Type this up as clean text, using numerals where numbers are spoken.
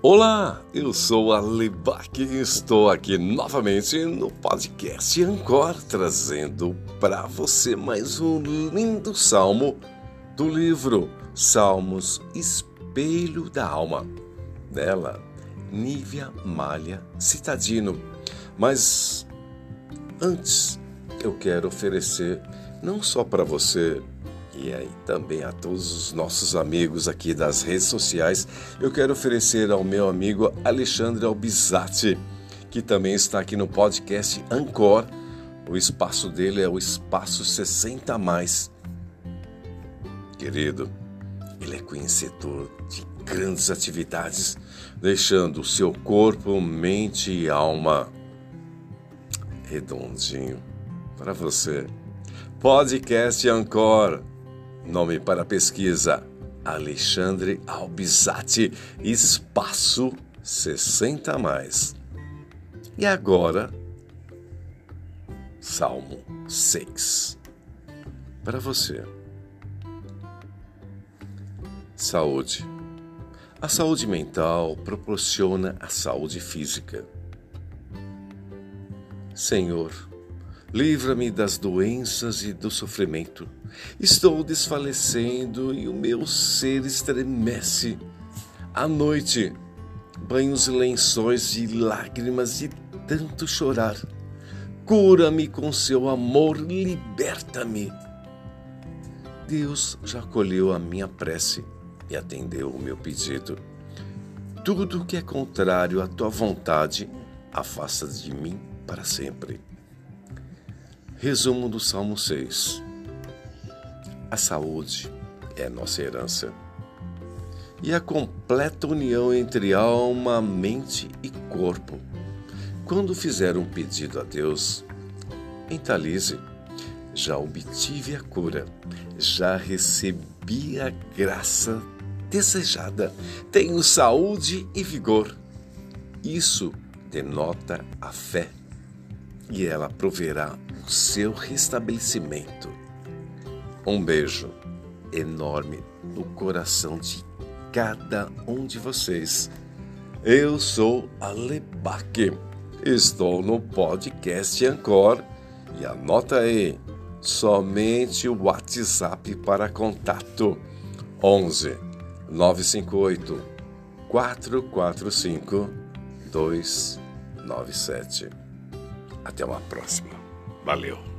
Olá, eu sou Alebaque e estou aqui novamente no podcast Ancor, trazendo para você mais um lindo salmo do livro Salmos Espelho da Alma, dela, Nívia Malha Citadino. Mas antes eu quero oferecer não só para você, e aí também a todos os nossos amigos aqui das redes sociais, eu quero oferecer ao meu amigo Alexandre Albizati, que também está aqui no podcast Ancor. O espaço dele é o Espaço 60+. Querido, ele é conhecedor de grandes atividades, deixando o seu corpo, mente e alma redondinho para você. Podcast Ancor. Nome para pesquisa, Alexandre Albizati, Espaço 60+. E agora, Salmo 6. Para você. Saúde. A saúde mental proporciona a saúde física. Senhor, livra-me das doenças e do sofrimento. Estou desfalecendo e o meu ser estremece. À noite, banhos e lençóis de lágrimas de tanto chorar. Cura-me com seu amor, liberta-me. Deus já acolheu a minha prece e atendeu o meu pedido. Tudo que é contrário à tua vontade, afasta de mim para sempre. Resumo do Salmo 6. A saúde é nossa herança. E a completa união entre alma, mente e corpo. Quando fizer um pedido a Deus, mentalize: já obtive a cura, já recebi a graça desejada, tenho saúde e vigor. Isso denota a fé, e ela proverá o seu restabelecimento. Um beijo enorme no coração de cada um de vocês. Eu sou Alebaque, estou no podcast Ancor e anota aí, somente o WhatsApp para contato 11 958 445 297. Até uma próxima. Valeu!